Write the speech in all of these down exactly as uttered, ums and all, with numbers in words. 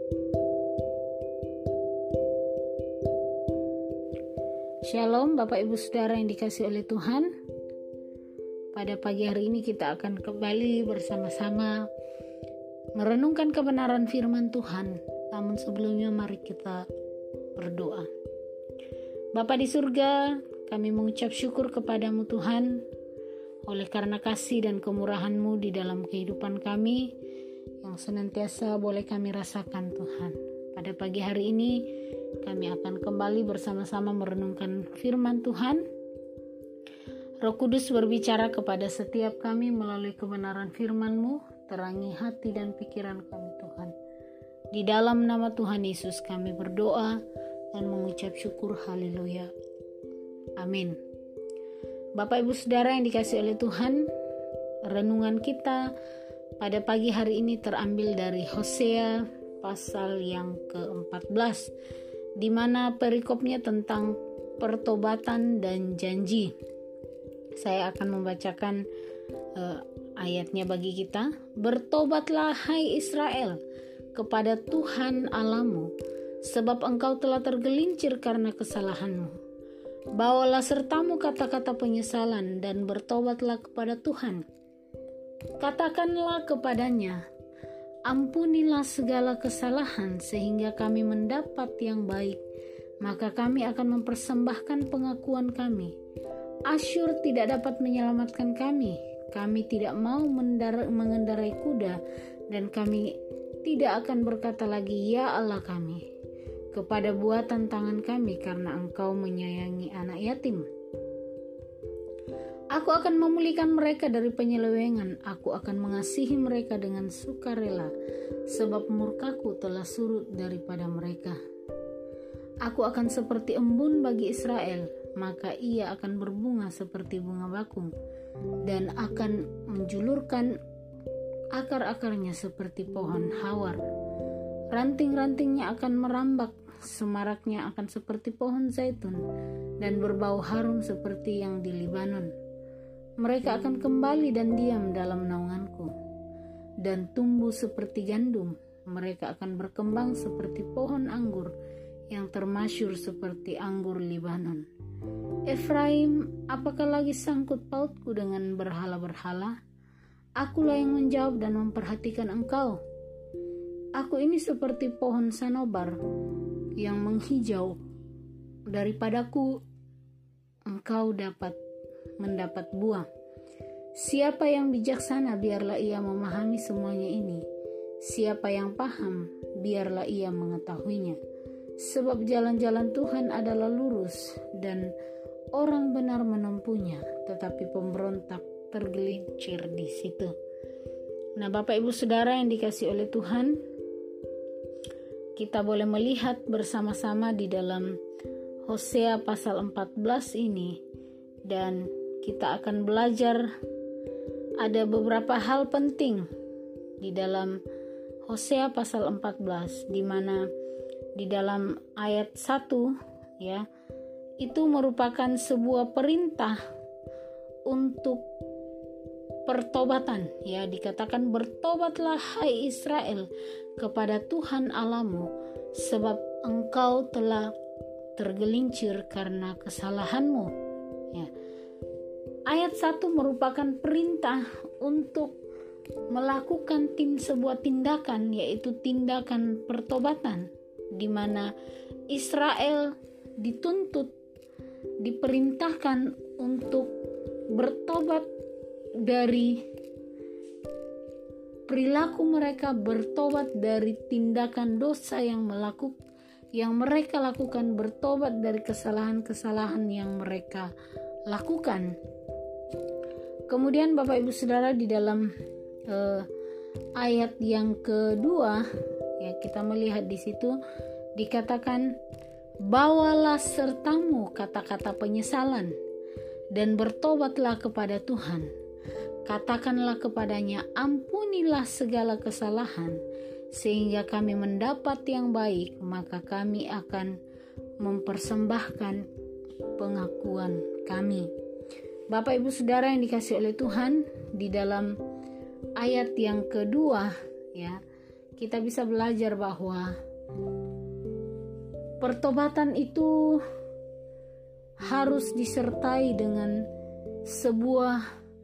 Shalom Bapak Ibu Saudara yang dikasihi oleh Tuhan. Pada pagi hari ini kita akan kembali bersama-sama merenungkan kebenaran firman Tuhan. Namun sebelumnya mari kita berdoa. Bapa di surga, kami mengucap syukur kepadamu Tuhan, oleh karena kasih dan kemurahan-Mu di dalam kehidupan kami yang senantiasa boleh kami rasakan Tuhan. Pada pagi hari ini kami akan kembali bersama-sama merenungkan firman Tuhan. Roh Kudus berbicara kepada setiap kami melalui kebenaran firman-Mu, terangi hati dan pikiran kami Tuhan. Di dalam nama Tuhan Yesus kami berdoa dan mengucap syukur, haleluya. Amin. Bapak Ibu Saudara yang dikasihi oleh Tuhan, renungan kita pada pagi hari ini terambil dari Hosea pasal yang keempat belas, di mana perikopnya tentang pertobatan dan janji. Saya akan membacakan uh, ayatnya bagi kita. Bertobatlah hai Israel kepada Tuhan Allahmu, sebab engkau telah tergelincir karena kesalahanmu. Bawalah sertamu kata-kata penyesalan dan bertobatlah kepada Tuhan. Katakanlah kepadanya, ampunilah segala kesalahan sehingga kami mendapat yang baik, maka kami akan mempersembahkan pengakuan kami. Asyur tidak dapat menyelamatkan kami. Kami tidak mau mendar- mengendarai kuda, dan kami tidak akan berkata lagi, ya Allah kami, kepada buatan tangan kami, karena engkau menyayangi anak yatim. Aku akan memulihkan mereka dari penyelewengan. Aku akan mengasihi mereka dengan sukarela, sebab murkaku telah surut daripada mereka. Aku akan seperti embun bagi Israel, maka ia akan berbunga seperti bunga bakung, dan akan menjulurkan akar-akarnya seperti pohon hawar. Ranting-rantingnya akan merambak, semaraknya akan seperti pohon zaitun, dan berbau harum seperti yang di Libanon. Mereka akan kembali dan diam dalam naunganku, dan tumbuh seperti gandum. Mereka akan berkembang seperti pohon anggur yang termasyur seperti anggur Libanon. Efraim, apakah lagi sangkut pautku dengan berhala-berhala? Akulah yang menjawab dan memperhatikan engkau. Aku ini seperti pohon sanobar yang menghijau. Daripadaku engkau dapat mendapat buah. Siapa yang bijaksana, biarlah ia memahami semuanya ini. Siapa yang paham, biarlah ia mengetahuinya. Sebab jalan-jalan Tuhan adalah lurus, dan orang benar menempuhnya, tetapi pemberontak tergelincir di situ. Nah, Bapak Ibu Saudara yang dikasihi oleh Tuhan, kita boleh melihat bersama-sama di dalam Hosea pasal empat belas ini, dan kita akan belajar ada beberapa hal penting di dalam Hosea pasal empat belas, di mana di dalam ayat satu ya, itu merupakan sebuah perintah untuk pertobatan ya. Dikatakan bertobatlah hai Israel kepada Tuhan Allahmu, sebab engkau telah tergelincir karena kesalahanmu ya. Ayat satu merupakan perintah untuk melakukan tim sebuah tindakan, yaitu tindakan pertobatan, di mana Israel dituntut, diperintahkan untuk bertobat dari perilaku mereka, bertobat dari tindakan dosa yang melakukan yang mereka lakukan, bertobat dari kesalahan-kesalahan yang mereka lakukan. Kemudian Bapak Ibu Saudara, di dalam uh, ayat yang kedua ya, kita melihat di situ dikatakan, bawalah sertamu kata-kata penyesalan dan bertobatlah kepada Tuhan. Katakanlah kepadanya, ampunilah segala kesalahan sehingga kami mendapat yang baik, maka kami akan mempersembahkan pengakuan kami. Bapak Ibu Saudara yang dikasihi oleh Tuhan, di dalam ayat yang kedua ya, kita bisa belajar bahwa pertobatan itu harus disertai dengan sebuah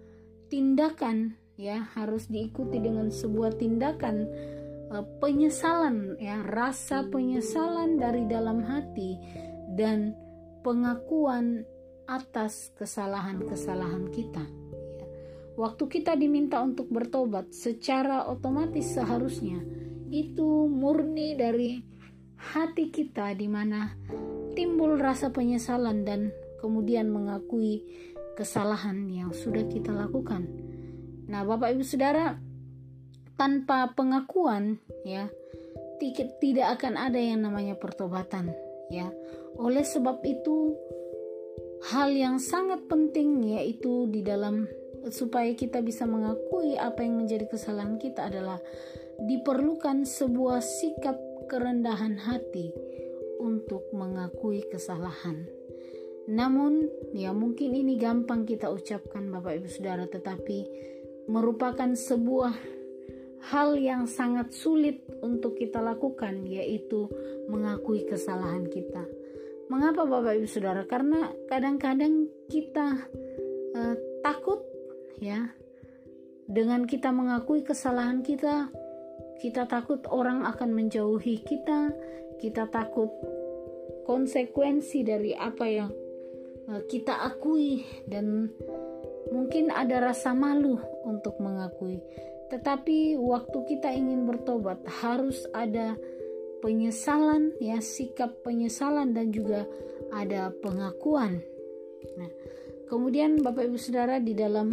tindakan, ya, harus diikuti dengan sebuah tindakan uh, penyesalan, ya, rasa penyesalan dari dalam hati dan pengakuan atas kesalahan-kesalahan kita. Ya. Waktu kita diminta untuk bertobat, secara otomatis seharusnya itu murni dari hati kita, di mana timbul rasa penyesalan dan kemudian mengakui kesalahan yang sudah kita lakukan. Nah, Bapak Ibu Saudara, tanpa pengakuan, ya, tidak akan ada yang namanya pertobatan, ya. Oleh sebab itu, hal yang sangat penting yaitu di dalam supaya kita bisa mengakui apa yang menjadi kesalahan kita adalah diperlukan sebuah sikap kerendahan hati untuk mengakui kesalahan. Namun, ya, mungkin ini gampang kita ucapkan Bapak Ibu Saudara, tetapi merupakan sebuah hal yang sangat sulit untuk kita lakukan, yaitu mengakui kesalahan kita. Mengapa Bapak Ibu Saudara? Karena kadang-kadang kita eh, takut, ya, dengan kita mengakui kesalahan kita, kita takut orang akan menjauhi kita, kita takut konsekuensi dari apa yang kita akui, dan mungkin ada rasa malu untuk mengakui. Tetapi waktu kita ingin bertobat harus ada penyesalan, ya, sikap penyesalan dan juga ada pengakuan. Nah, kemudian Bapak Ibu Saudara, di dalam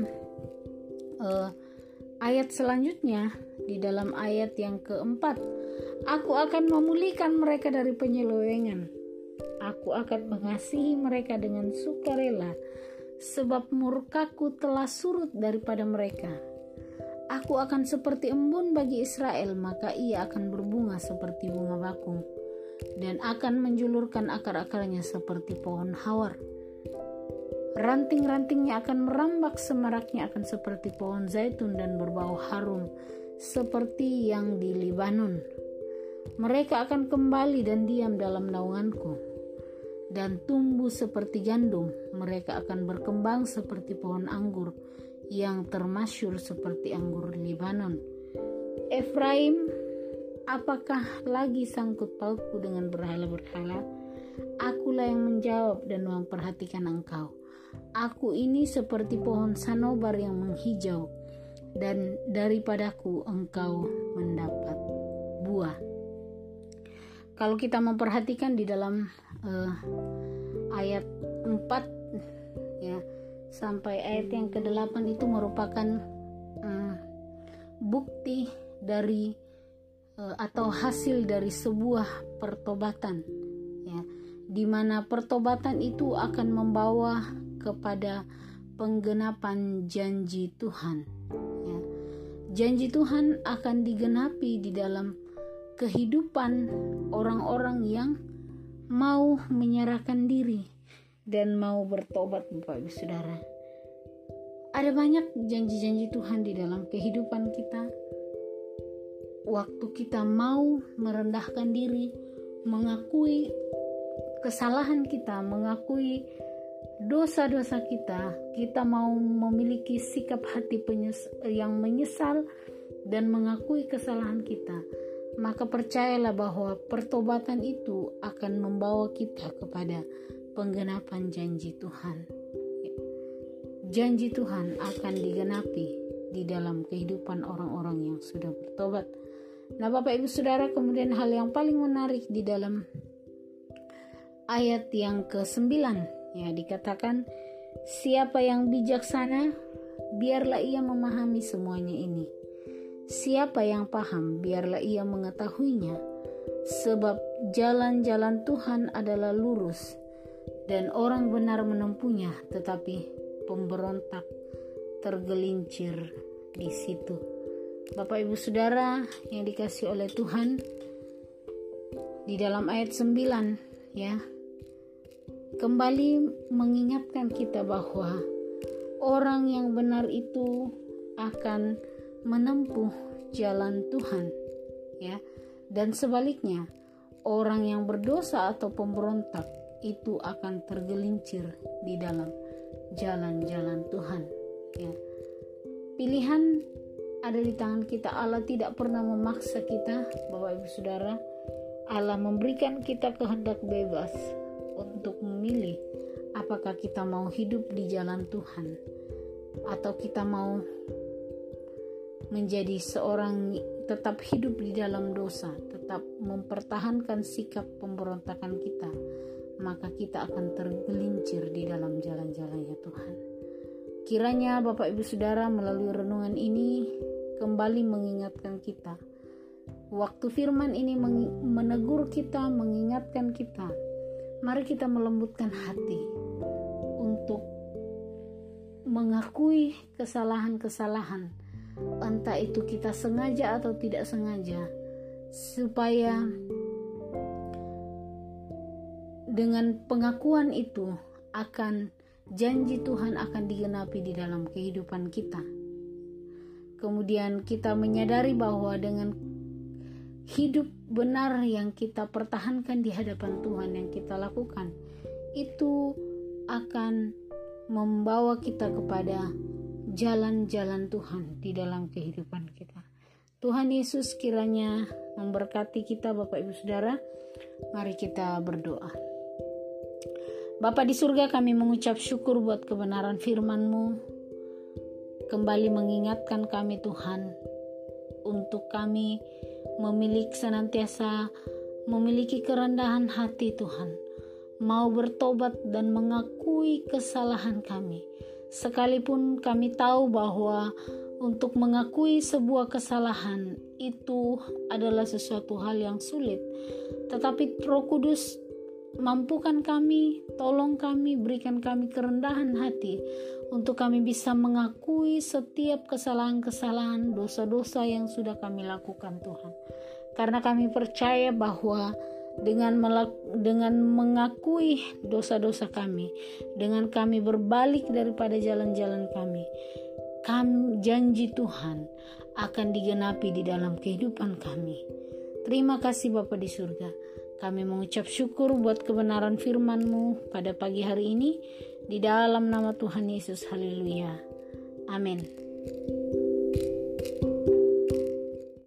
uh, ayat selanjutnya, di dalam ayat yang keempat, aku akan memulihkan mereka dari penyelewengan. Aku akan mengasihi mereka dengan sukarela, sebab murkaku telah surut daripada mereka. Aku akan seperti embun bagi Israel, maka ia akan berbunga seperti bunga bakung, dan akan menjulurkan akar-akarnya seperti pohon hawar. Ranting-rantingnya akan merambak, semaraknya akan seperti pohon zaitun dan berbau harum seperti yang di Libanon. Mereka akan kembali dan diam dalam naunganku dan tumbuh seperti gandum. Mereka akan berkembang seperti pohon anggur yang termasyur seperti anggur Libanon. Efraim, apakah lagi sangkut pautku dengan berhala-berhala? Akulah yang menjawab dan memperhatikan engkau. Aku ini seperti pohon sanobar yang menghijau, dan daripadaku engkau mendapat buah. Kalau kita memperhatikan di dalam uh, ayat empat, ya, sampai ayat yang kedelapan itu merupakan uh, bukti dari uh, atau hasil dari sebuah pertobatan, ya, di mana pertobatan itu akan membawa kepada penggenapan janji Tuhan, ya. Janji Tuhan akan digenapi di dalam kehidupan orang-orang yang mau menyerahkan diri dan mau bertobat, Bapak Ibu Saudara. Ada banyak janji-janji Tuhan di dalam kehidupan kita. Waktu kita mau merendahkan diri, mengakui kesalahan kita, mengakui dosa-dosa kita, kita mau memiliki sikap hati penyes- yang menyesal dan mengakui kesalahan kita, maka percayalah bahwa pertobatan itu akan membawa kita kepada penggenapan janji Tuhan. Janji Tuhan akan digenapi di dalam kehidupan orang-orang yang sudah bertobat. Nah, Bapak Ibu Saudara, kemudian hal yang paling menarik di dalam ayat yang kesembilan, ya, dikatakan, siapa yang bijaksana, biarlah ia memahami semuanya ini. Siapa yang paham, biarlah ia mengetahuinya. Sebab jalan-jalan Tuhan adalah lurus, dan orang benar menempuhnya, tetapi pemberontak tergelincir di situ. Bapak Ibu Saudara yang dikasihi oleh Tuhan, di dalam ayat sembilan, ya, kembali mengingatkan kita bahwa orang yang benar itu akan menempuh jalan Tuhan, ya. Dan sebaliknya, orang yang berdosa atau pemberontak itu akan tergelincir di dalam jalan-jalan Tuhan, ya. Pilihan ada di tangan kita. Allah tidak pernah memaksa kita, Bapak Ibu Saudara. Allah memberikan kita kehendak bebas untuk memilih apakah kita mau hidup di jalan Tuhan atau kita mau menjadi seorang tetap hidup di dalam dosa, tetap mempertahankan sikap pemberontakan kita. Maka kita akan tergelincir di dalam jalan-jalannya Tuhan. Kiranya Bapak Ibu Saudara melalui renungan ini kembali mengingatkan kita. Waktu firman ini menegur kita, mengingatkan kita, mari kita melembutkan hati untuk mengakui kesalahan-kesalahan, entah itu kita sengaja atau tidak sengaja, supaya dengan pengakuan itu akan janji Tuhan akan digenapi di dalam kehidupan kita. Kemudian kita menyadari bahwa dengan hidup benar yang kita pertahankan di hadapan Tuhan, yang kita lakukan, itu akan membawa kita kepada jalan-jalan Tuhan di dalam kehidupan kita. Tuhan Yesus kiranya memberkati kita Bapak Ibu Saudara. Mari kita berdoa. Bapa di surga, kami mengucap syukur buat kebenaran firman-Mu. Kembali mengingatkan kami Tuhan, untuk kami memiliki senantiasa memiliki kerendahan hati Tuhan, mau bertobat dan mengakui kesalahan kami. Sekalipun kami tahu bahwa untuk mengakui sebuah kesalahan itu adalah sesuatu hal yang sulit, tetapi Roh Kudus mampukan kami, tolong kami, berikan kami kerendahan hati untuk kami bisa mengakui setiap kesalahan-kesalahan, dosa-dosa yang sudah kami lakukan Tuhan. Karena kami percaya bahwa dengan melak- dengan mengakui dosa-dosa kami, dengan kami berbalik daripada jalan-jalan kami, kami janji Tuhan akan digenapi di dalam kehidupan kami. Terima kasih Bapa di surga. Kami mengucap syukur buat kebenaran firman-Mu pada pagi hari ini. Di dalam nama Tuhan Yesus, haleluya. Amin.